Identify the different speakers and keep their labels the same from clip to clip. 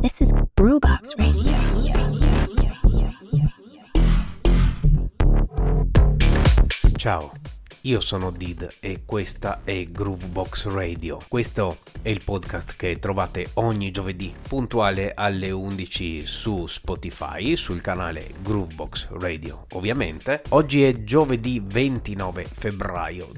Speaker 1: This is Groovebox Radio.
Speaker 2: Ciao, io sono Did e questa è Groovebox Radio. Questo è il podcast che trovate ogni giovedì puntuale alle 11 su Spotify, sul canale Groovebox Radio ovviamente. Oggi è giovedì 29 febbraio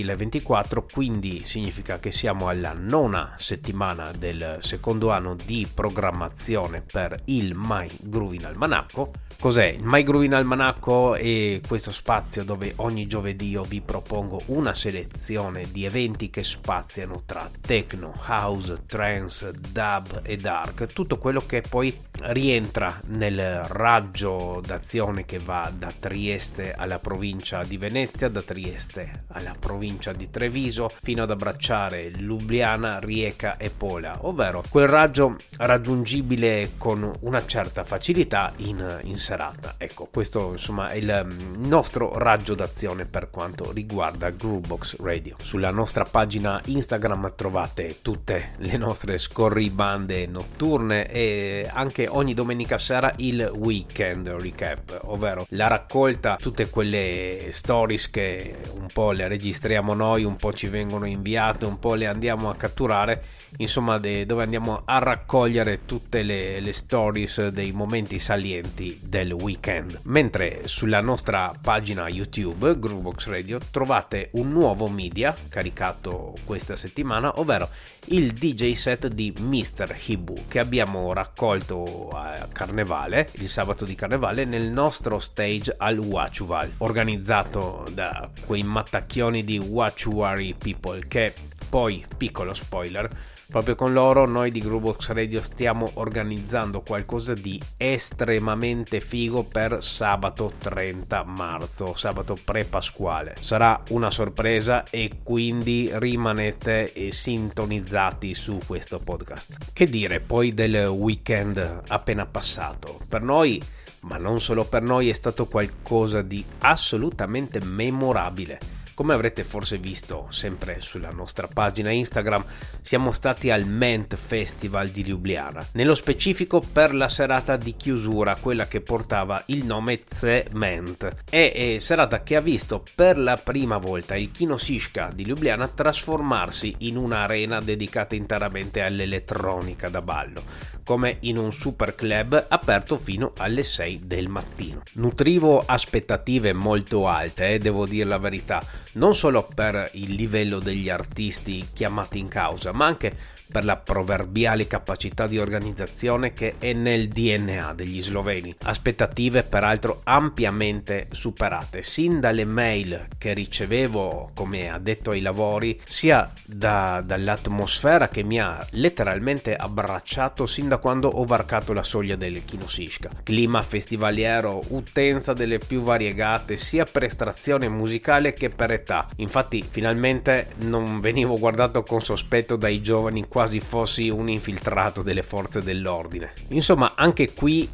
Speaker 2: 2024, quindi significa che siamo alla nona settimana del secondo anno di programmazione per il My Groovin Almanacco. Cos'è? Il My Groovin Almanacco è questo spazio dove ogni giovedì io vi propongo una selezione di eventi che spaziano tra techno, house, trance, dub e dark, tutto quello che poi rientra nel raggio d'azione che va da Trieste alla provincia di Venezia, da Trieste alla provincia di Treviso, fino ad abbracciare Lubiana, Rijeka e Pola, ovvero quel raggio raggiungibile con una certa facilità in serata. Ecco, questo insomma è il nostro raggio d'azione per quanto riguarda Groovebox Radio. Sulla nostra pagina Instagram trovate tutte le nostre scorribande notturne e anche ogni domenica sera il weekend recap, ovvero la raccolta, tutte quelle stories che un po' le registriamo noi, un po' ci vengono inviate, un po' le andiamo a catturare, insomma dove andiamo a raccogliere tutte le stories dei momenti salienti del weekend. Mentre sulla nostra pagina YouTube Groovebox Radio trovate un nuovo media caricato questa settimana, ovvero il DJ set di Mr. Hibu che abbiamo raccolto a Carnevale, il sabato di Carnevale, nel nostro stage al Wachuval, organizzato da quei mattacchioni di Wachuari People che poi, piccolo spoiler, proprio con loro noi di Groovebox Radio stiamo organizzando qualcosa di estremamente figo per sabato 30 marzo, sabato pre-pasquale. Sarà una sorpresa e quindi rimanete sintonizzati su questo podcast. Che dire poi del weekend appena passato? Per noi, ma non solo per noi, è stato qualcosa di assolutamente memorabile. Come avrete forse visto sempre sulla nostra pagina Instagram, siamo stati al Ment Festival di Ljubljana, nello specifico per la serata di chiusura, quella che portava il nome Cement, e serata che ha visto per la prima volta il Kino Šiška di Ljubljana trasformarsi in un'arena dedicata interamente all'elettronica da ballo, come in un super club aperto fino alle 6 del mattino. Nutrivo aspettative molto alte, devo dire la verità, non solo per il livello degli artisti chiamati in causa, ma anche per la proverbiale capacità di organizzazione che è nel DNA degli sloveni. Aspettative peraltro ampiamente superate, sin dalle mail che ricevevo come addetto ai lavori, sia dall'atmosfera che mi ha letteralmente abbracciato sin da quando ho varcato la soglia del Kino Šiška. Clima festivaliero, utenza delle più variegate, sia per estrazione musicale che per età. Infatti finalmente non venivo guardato con sospetto dai giovani quasi fossi un infiltrato delle forze dell'ordine. Insomma, anche qui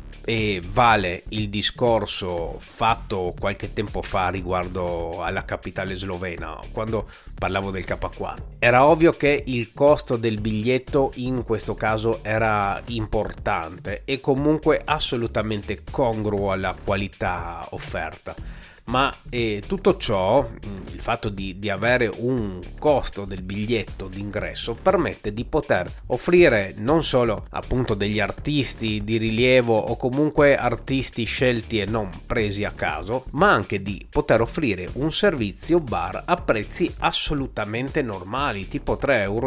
Speaker 2: vale il discorso fatto qualche tempo fa riguardo alla capitale slovena, quando parlavo del K4. Era ovvio che il costo del biglietto in questo caso era importante e comunque assolutamente congruo alla qualità offerta. Ma tutto ciò, il fatto di avere un costo del biglietto d'ingresso permette di poter offrire non solo appunto degli artisti di rilievo o comunque artisti scelti e non presi a caso, ma anche di poter offrire un servizio bar a prezzi assolutamente normali, tipo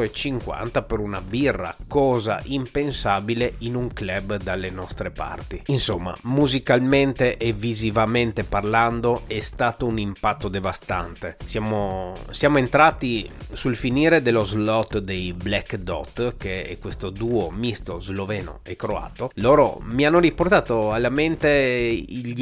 Speaker 2: 3,50 € per una birra, cosa impensabile in un club dalle nostre parti. Insomma, musicalmente e visivamente parlando è stato un impatto devastante. Siamo entrati sul finire dello slot dei Black Dot, che è questo duo misto sloveno e croato. Loro mi hanno riportato alla mente gli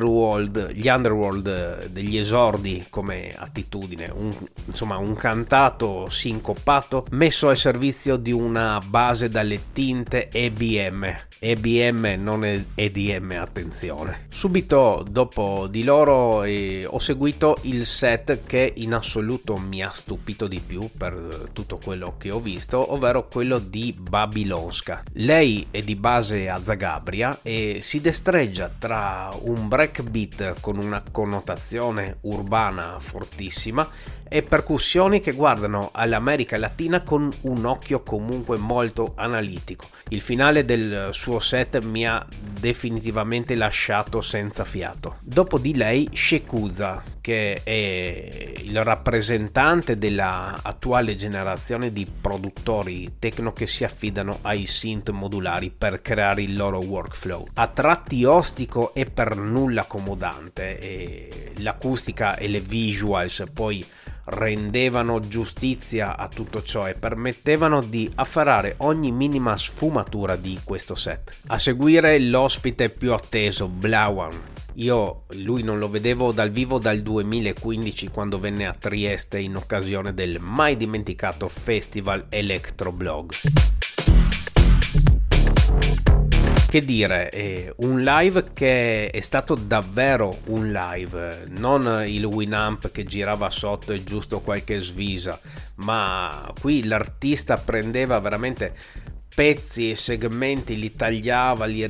Speaker 2: underworld degli esordi come attitudine, un cantato sincopato messo al servizio di una base dalle tinte EBM, non è EDM, attenzione. Subito dopo di loro ho seguito il set che in assoluto mi ha stupito di più per tutto quello che ho visto, ovvero quello di Babylonska. Lei è di base a Zagabria e si destreggia tra un breakbeat con una connotazione urbana fortissima e percussioni che guardano all'America Latina con un occhio comunque molto analitico. Il finale del suo set mi ha definitivamente lasciato senza fiato. Dopo di lei Shekuza, che è il rappresentante della attuale generazione di produttori techno che si affidano ai synth modulari per creare il loro workflow. A tratti ostico e per nulla accomodante, e l'acustica e le visuals poi rendevano giustizia a tutto ciò e permettevano di afferrare ogni minima sfumatura di questo set. A seguire l'ospite più atteso, Blawan. Lui non lo vedevo dal vivo dal 2015, quando venne a Trieste in occasione del mai dimenticato Festival Electroblog. Che dire, un live che è stato davvero un live, non il Winamp che girava sotto e giusto qualche svisa, ma qui l'artista prendeva veramente pezzi e segmenti, li tagliava, li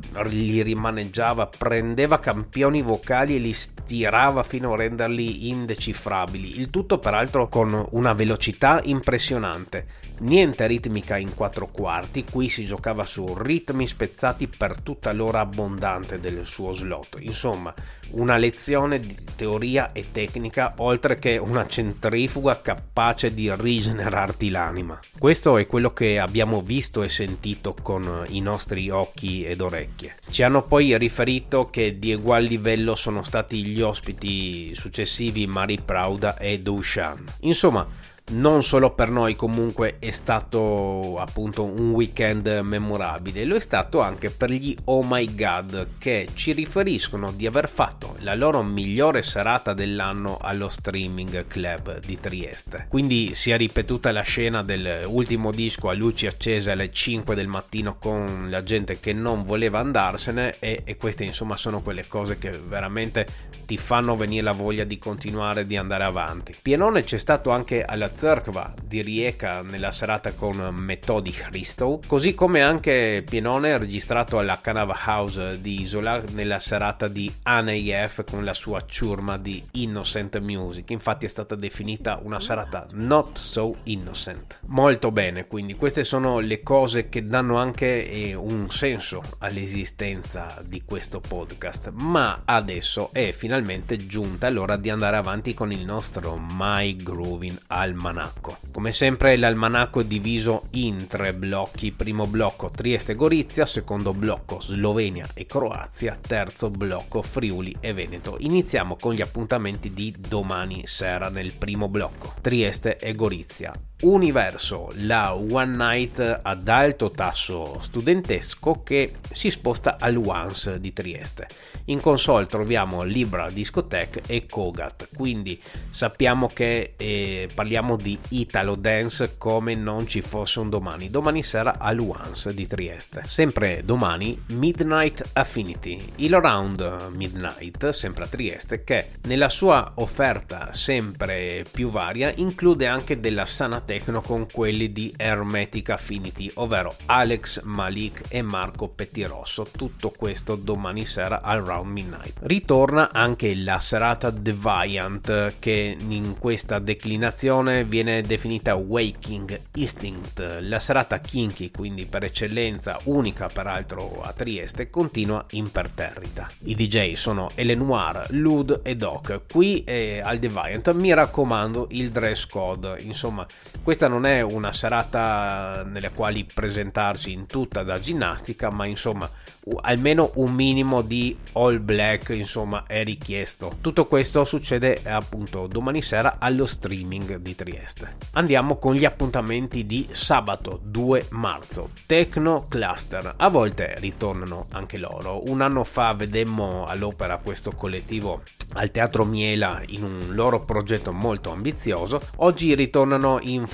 Speaker 2: rimaneggiava, prendeva campioni vocali e li stirava fino a renderli indecifrabili, il tutto peraltro con una velocità impressionante. Niente ritmica in 4/4, qui si giocava su ritmi spezzati per tutta l'ora abbondante del suo slot. Insomma, una lezione di teoria e tecnica, oltre che una centrifuga capace di rigenerarti l'anima. Questo è quello che abbiamo visto e sentito con i nostri occhi ed orecchie. Ci hanno poi riferito che di egual livello sono stati gli ospiti successivi Mari Prauda e Dushan. Insomma, non solo per noi comunque è stato appunto un weekend memorabile, lo è stato anche per gli Oh My God, che ci riferiscono di aver fatto la loro migliore serata dell'anno allo Streaming Club di Trieste. Quindi si è ripetuta la scena dell'ultimo disco a luci accese alle 5 del mattino con la gente che non voleva andarsene, e queste insomma sono quelle cose che veramente ti fanno venire la voglia di continuare, di andare avanti. Pienone c'è stato anche alla Crkva di Rijeka nella serata con Metodi Hristo, così come anche Pienone registrato alla Canava House di Isola nella serata di ANEF con la sua ciurma di Innocent Music. Infatti è stata definita una serata not so innocent. Molto bene, quindi queste sono le cose che danno anche un senso all'esistenza di questo podcast. Ma adesso è finalmente giunta l'ora di andare avanti con il nostro My Groovin' Almanacco. Come sempre l'almanacco è diviso in 3 blocchi: primo blocco Trieste e Gorizia, secondo blocco Slovenia e Croazia, terzo blocco Friuli e Veneto. Iniziamo con gli appuntamenti di domani sera nel primo blocco: Trieste e Gorizia. Universo, la one night ad alto tasso studentesco che si sposta al Once di Trieste. In console troviamo Libra Discotheque e Kogat, quindi sappiamo che parliamo di Italo Dance come non ci fosse un domani. Domani sera al Once di Trieste. Sempre domani Midnight Affinity, il round Midnight, sempre a Trieste, che nella sua offerta sempre più varia include anche della sana techno con quelli di Hermetic Affinity, ovvero Alex Malik e Marco Pettirosso. Tutto questo domani sera al Round Midnight. Ritorna anche la serata Deviant, che in questa declinazione viene definita Waking Instinct. La serata kinky, quindi per eccellenza, unica peraltro a Trieste, continua imperterrita. I DJ sono Elenoir, Lud e Doc. Qui al Deviant mi raccomando il dress code. Insomma, questa non è una serata nelle quali presentarsi in tutta da ginnastica, ma insomma almeno un minimo di all black insomma è richiesto. Tutto questo succede appunto domani sera allo Streaming di Trieste. Andiamo con gli appuntamenti di sabato 2 marzo. Techno Cluster, a volte ritornano anche loro. Un anno fa vedemmo all'Opera questo collettivo al Teatro Miela in un loro progetto molto ambizioso. Oggi ritornano in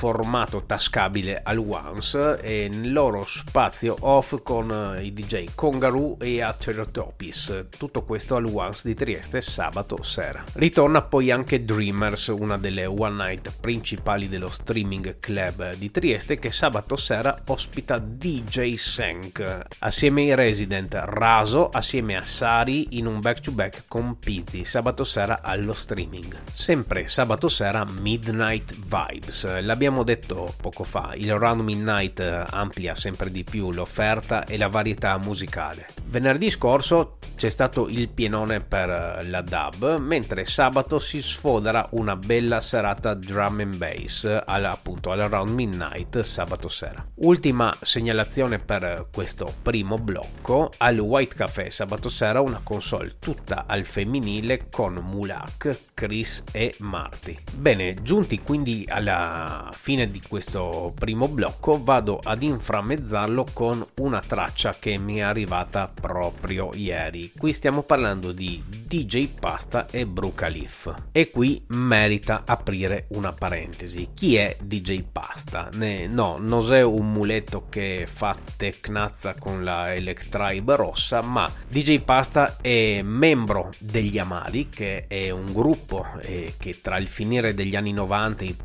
Speaker 2: formato tascabile al Once e nel loro spazio off con i DJ Congaroo e Aterotopis. Tutto questo al Once di Trieste sabato sera. Ritorna poi anche Dreamers, una delle one night principali dello streaming club di Trieste, che sabato sera ospita DJ Senk assieme ai Resident, Raso assieme a Sari in un back to back con Pizzi sabato sera allo streaming. Sempre sabato sera Midnight Vibes, l'abbiamo detto poco fa, il Round Midnight amplia sempre di più l'offerta e la varietà musicale. Venerdì scorso c'è stato il pienone per la dub, mentre sabato si sfodera una bella serata drum and bass appunto al Round Midnight sabato sera. Ultima segnalazione per questo primo blocco: al White Café sabato sera una console tutta al femminile con Mulak, Chris e Marty. Bene, giunti quindi alla fine di questo primo blocco, vado ad inframmezzarlo con una traccia che mi è arrivata proprio ieri. Qui stiamo parlando di DJ Pasta e Bru Khalif, e qui merita aprire una parentesi. Chi è DJ Pasta? No, non è un muletto che fa tecnazza con la Electribe rossa, ma DJ Pasta è membro degli Amari, che è un gruppo che tra il finire degli anni 90 e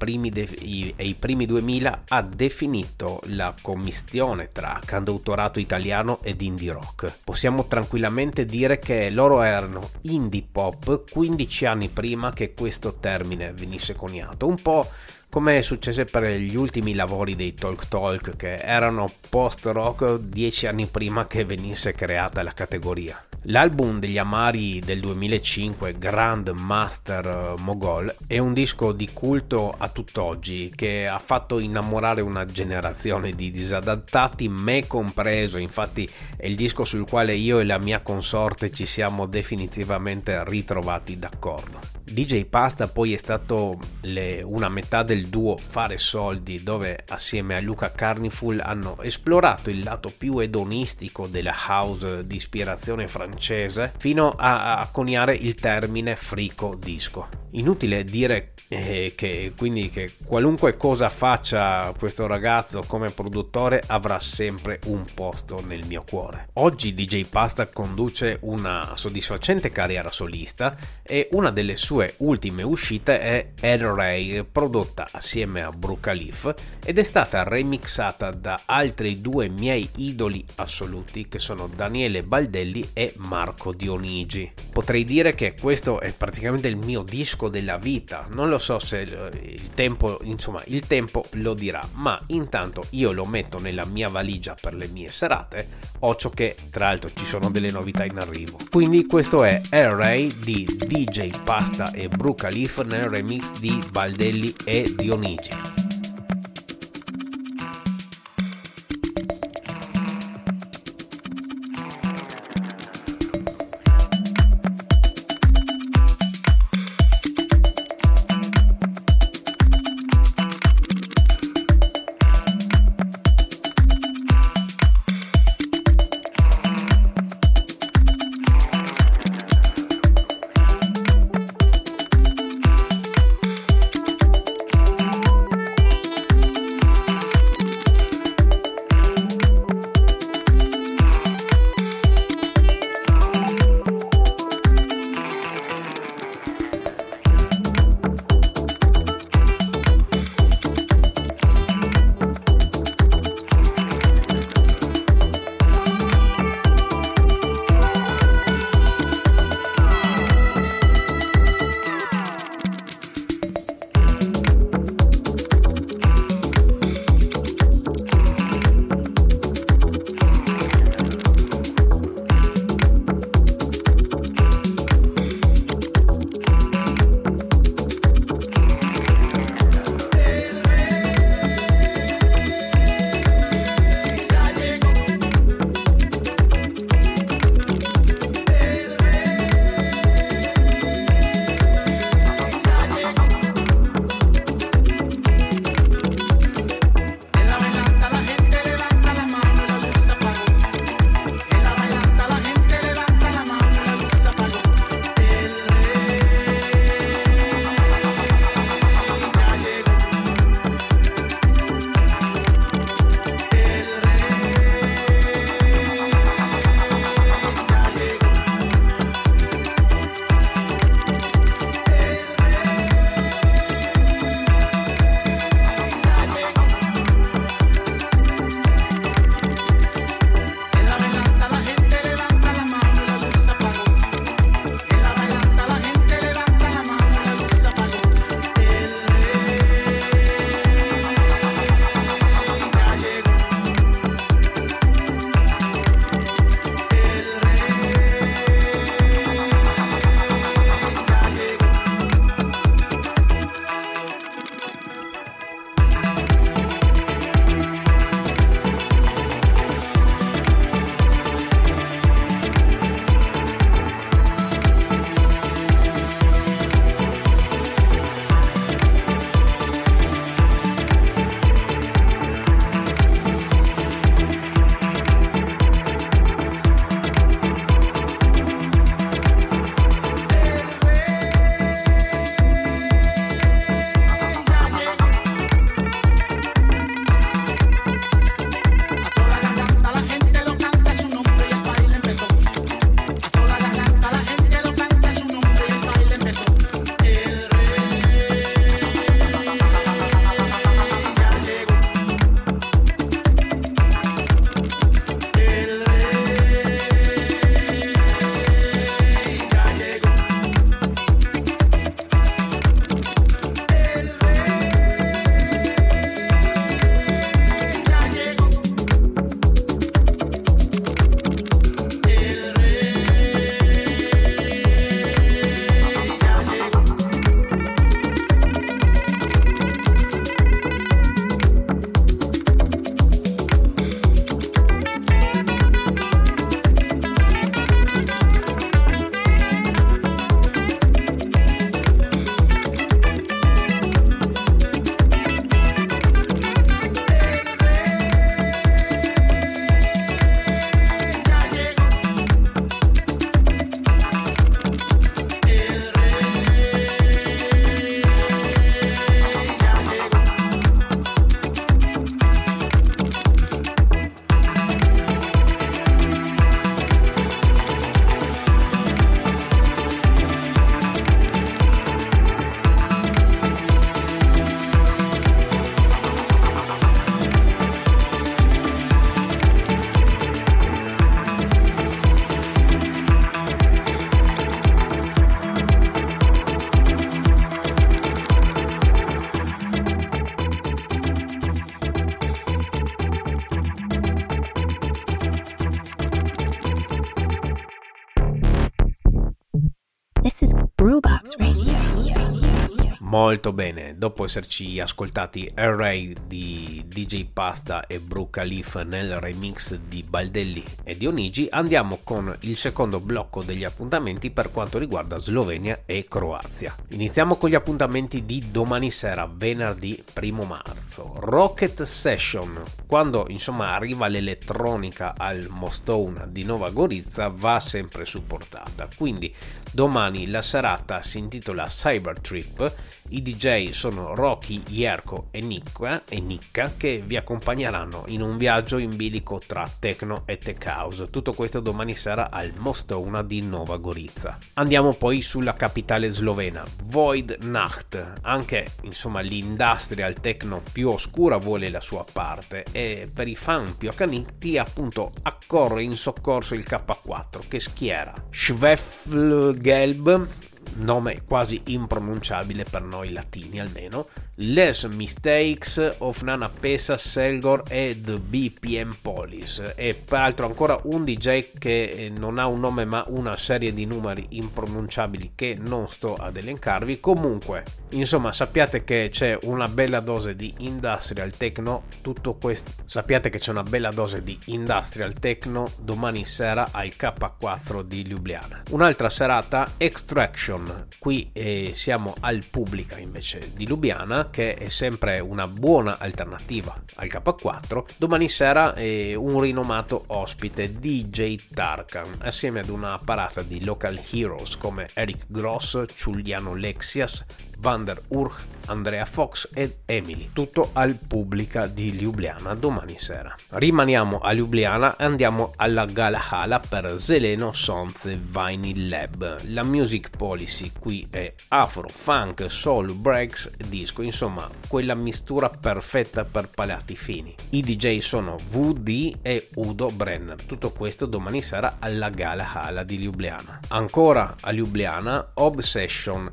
Speaker 2: i primi 2000 ha definito la commistione tra cantautorato italiano ed indie rock. Possiamo tranquillamente dire che loro erano indie pop 15 anni prima che questo termine venisse coniato, un po' come è successo per gli ultimi lavori dei Talk Talk, che erano post-rock 10 anni prima che venisse creata la categoria. L'album degli Amari del 2005, Grand Master Mogol, è un disco di culto a tutt'oggi che ha fatto innamorare una generazione di disadattati, me compreso. Infatti è il disco sul quale io e la mia consorte ci siamo definitivamente ritrovati d'accordo. DJ Pasta poi è stato una metà del duo Fare Soldi, dove assieme a Luca Carniful hanno esplorato il lato più edonistico della house di ispirazione francese fino a coniare il termine frico disco. Inutile dire che qualunque cosa faccia questo ragazzo come produttore avrà sempre un posto nel mio cuore. Oggi DJ Pasta conduce una soddisfacente carriera solista e una delle sue ultime uscite è El Rey, prodotta assieme a Bru Khalif ed è stata remixata da altri due miei idoli assoluti, che sono Daniele Baldelli e Marco Dionigi. Potrei dire che questo è praticamente il mio disco della vita. Non lo so se il tempo lo dirà, ma intanto io lo metto nella mia valigia per le mie serate, occhio che tra l'altro ci sono delle novità in arrivo. Quindi questo è El Rey di DJ Pasta e Bru Khalif nel remix di Baldelli e Dionigi.
Speaker 1: Brewbox Radio.
Speaker 2: Molto bene, dopo esserci ascoltati Array di DJ Pasta e Bru Khalif nel remix di Baldelli e Dionigi, andiamo con il secondo blocco degli appuntamenti per quanto riguarda Slovenia e Croazia. Iniziamo con gli appuntamenti di domani sera, venerdì 1 marzo. Rocket Session, quando insomma arriva l'elettronica al Mostone di Nova Gorica, va sempre supportata, quindi domani la serata si intitola Cyber Trip. I DJ sono Rocky, Jerko e Nicca che vi accompagneranno in un viaggio in bilico tra techno e tech house. Tutto questo domani sera al Mostona di Nova Gorica. Andiamo poi sulla capitale slovena, Void Nacht. Anche insomma l'industrial techno più oscura vuole la sua parte e per i fan più accaniti appunto accorre in soccorso il K4 che schiera Schwefelgelb, nome quasi impronunciabile per noi latini almeno, Les Mistakes of Nana Pesa, Selgor e The BPM Police, e peraltro ancora un DJ che non ha un nome ma una serie di numeri impronunciabili che non sto ad elencarvi. Comunque insomma sappiate che c'è una bella dose di industrial techno, tutto questo sappiate che c'è una bella dose di industrial techno domani sera al K4 di Ljubljana. Un'altra serata Extraction, qui siamo al Publica invece di Ljubljana, che è sempre una buona alternativa al K4. Domani sera un rinomato ospite, DJ Tarkan, assieme ad una parata di local heroes come Eric Gross, Giuliano Lexias, Vander Urch, Andrea Fox ed Emily, tutto al Publica di Ljubljana domani sera. Rimaniamo a Ljubljana e andiamo alla Galahala per Zeleno Sonze Vinyl Lab. La music policy qui è afro, funk, soul, breaks, disco, insomma quella mistura perfetta per palati fini. I DJ sono VD e Udo Brenner, tutto questo domani sera alla Galahala di Ljubljana. Ancora a Ljubljana Obsession.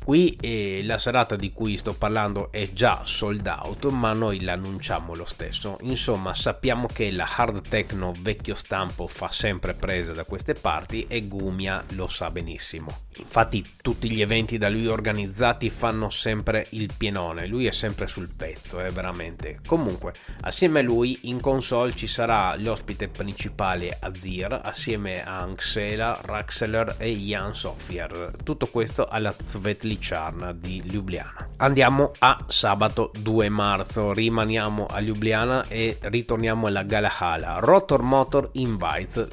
Speaker 2: Qui la serata di cui sto parlando è già sold out, ma noi l'annunciamo lo stesso. Insomma, sappiamo che la hard techno vecchio stampo fa sempre presa da queste parti e Gumia lo sa benissimo. Infatti tutti gli eventi da lui organizzati fanno sempre il pienone, lui è sempre sul pezzo, veramente. Comunque, assieme a lui in console ci sarà l'ospite principale Azir, assieme a Anxela, Raxeler e Jan Sofier. Tutto questo alla Svetlicharna di Ljubljana. Andiamo a sabato 2 marzo, rimaniamo a Ljubljana e ritorniamo alla Galahala. Rotor Motor Invites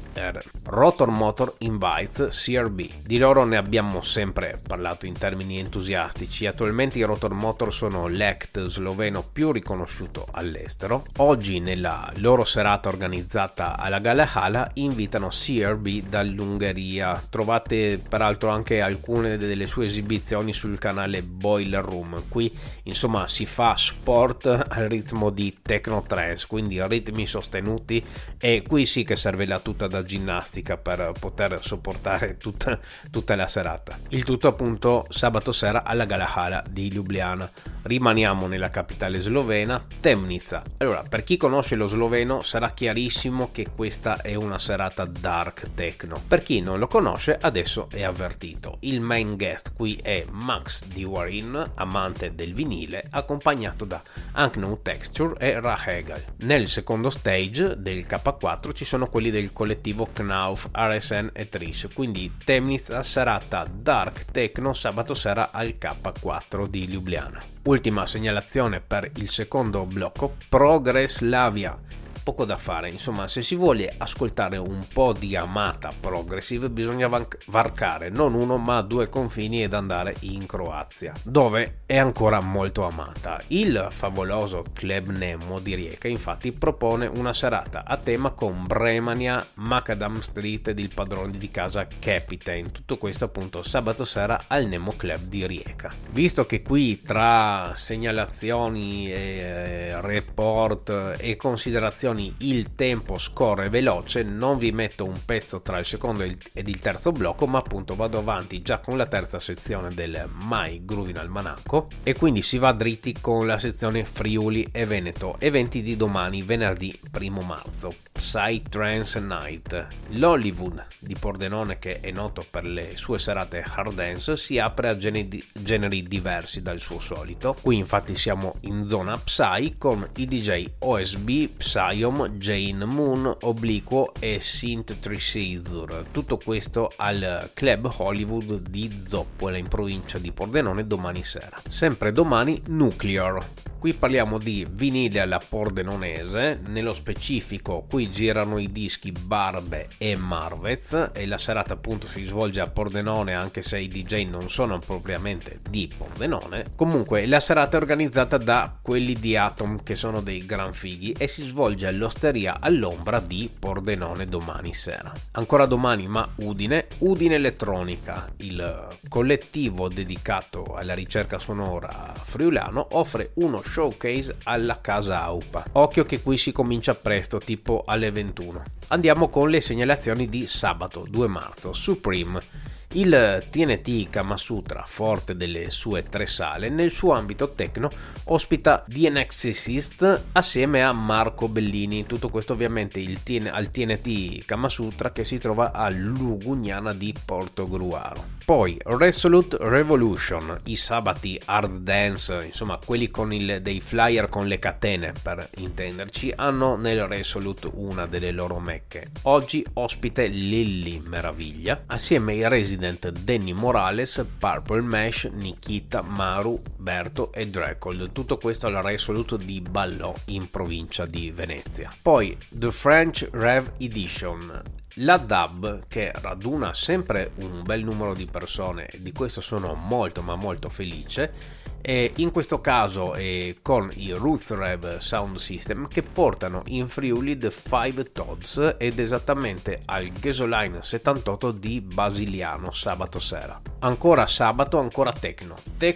Speaker 2: CRB. Di loro ne abbiamo sempre parlato in termini entusiastici. Attualmente i Rotor Motor sono l'act sloveno più riconosciuto all'estero. Oggi nella loro serata organizzata alla Galahala invitano CRB dall'Ungheria. Trovate peraltro anche alcune delle sue esibizioni sul canale Boiler Room. Qui insomma si fa sport al ritmo di techno trance, quindi ritmi sostenuti, e qui sì che serve la tuta da ginnastica per poter sopportare tutta la serata. Il tutto appunto sabato sera alla Galahala di Ljubljana. Rimaniamo nella capitale slovena, Temnica. Allora, per chi conosce lo sloveno sarà chiarissimo che questa è una serata dark techno. Per chi non lo conosce adesso è avvertito. Il main guest qui è Max Diwarin, amante del vinile, accompagnato da Unknown Texture e Rahegel. Nel secondo stage del K4 ci sono quelli del collettivo Knauf, RSN e Trish, quindi Temnica serata dark techno sabato sera al K4 di Ljubljana. Ultima segnalazione per il secondo blocco, Progresslavia. Poco da fare, insomma, se si vuole ascoltare un po' di amata progressive bisogna varcare non uno ma 2 confini ed andare in Croazia, dove è ancora molto amata. Il favoloso Club Nemo di Rijeka infatti propone una serata a tema con Bremania, Macadam Street ed il padrone di casa Captain. Tutto questo appunto sabato sera al Nemo Club di Rijeka. Visto che qui tra segnalazioni, report e considerazioni domani il tempo scorre veloce, non vi metto un pezzo tra il secondo ed il terzo blocco, ma appunto vado avanti già con la terza sezione del My Groovin Almanacco e quindi si va dritti con la sezione Friuli e Veneto. Eventi di domani, venerdì 1 marzo. Psytrance Night. L'Hollywood di Pordenone, che è noto per le sue serate hard dance, si apre a generi diversi dal suo solito. Qui infatti siamo in zona Psy con i DJ OSB, Psyom, Jane Moon, Obliquo e Synth Tricizur. Tutto questo al Club Hollywood di Zoppola in provincia di Pordenone domani sera. Sempre domani Nuclear. Qui parliamo di vinile alla pordenonese, nello specifico qui girano i dischi Barbe e Marvez e la serata appunto si svolge a Pordenone, anche se i DJ non sono propriamente di Pordenone. Comunque la serata è organizzata da quelli di Atom, che sono dei gran fighi, e si svolge all'Osteria all'Ombra di Pordenone domani sera. Ancora domani ma Udine Elettronica, il collettivo dedicato alla ricerca sonora friulano, offre uno showcase alla Casa Aupa. Occhio che qui si comincia presto, tipo alle 21. Andiamo con le segnalazioni di sabato 2 marzo. Supreme. Il TNT Kamasutra, forte delle sue 3 sale, nel suo ambito techno ospita DNXist assieme a Marco Bellini. Tutto questo ovviamente al TNT Kamasutra, che si trova a Lugugnana di Portogruaro. Poi Resolute Revolution, i sabati hard dance, insomma quelli con dei flyer con le catene per intenderci, hanno nel Resolute una delle loro mecche. Oggi ospite Lilly Meraviglia assieme ai residenti Danny Morales, Purple Mesh, Nikita, Maru, Berto e Drecold. Tutto questo al Resolute di Ballò in provincia di Venezia. Poi The French Rev Edition, la dub che raduna sempre un bel numero di persone, e di questo sono molto ma molto felice. E in questo caso con i Roots Rev Sound System, che portano in Friuli The Five Toads ed esattamente al Gasoline 78 di Basiliano sabato sera. Ancora sabato, ancora Techno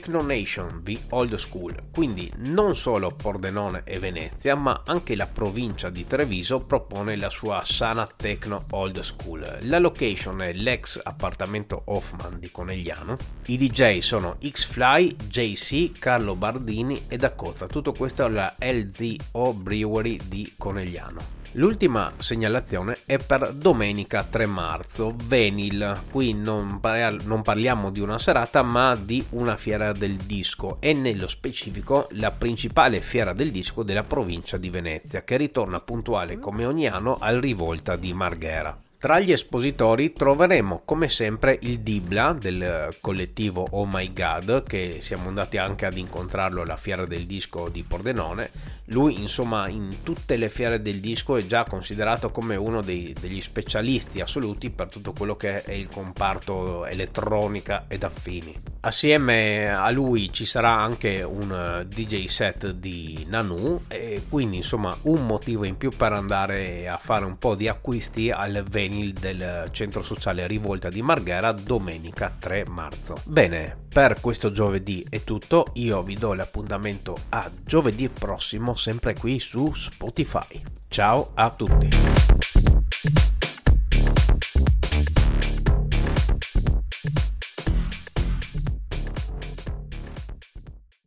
Speaker 2: Nation The Old School, quindi non solo Pordenone e Venezia ma anche la provincia di Treviso propone la sua sana Techno Old School. La location è l'ex appartamento Hoffman di Conegliano. I DJ sono X-Fly, JC, Carlo Bardini e Dakota. Tutto questo alla LZO Brewery di Conegliano. L'ultima segnalazione è per domenica 3 marzo, Venil. Qui non parliamo di una serata ma di una fiera del disco, e nello specifico la principale fiera del disco della provincia di Venezia, che ritorna puntuale come ogni anno al Rivolta di Marghera. Tra gli espositori troveremo come sempre il Dibla del collettivo Oh My God, che siamo andati anche ad incontrarlo alla fiera del disco di Pordenone. Lui insomma in tutte le fiere del disco è già considerato come uno degli specialisti assoluti per tutto quello che è il comparto elettronica ed affini. Assieme a lui ci sarà anche un DJ set di Nanu, e quindi insomma un motivo in più per andare a fare un po' di acquisti al Venil del centro sociale Rivolta di Marghera domenica 3 marzo. Bene, per questo giovedì è tutto, io vi do l'appuntamento a giovedì prossimo sempre qui su Spotify. Ciao a tutti.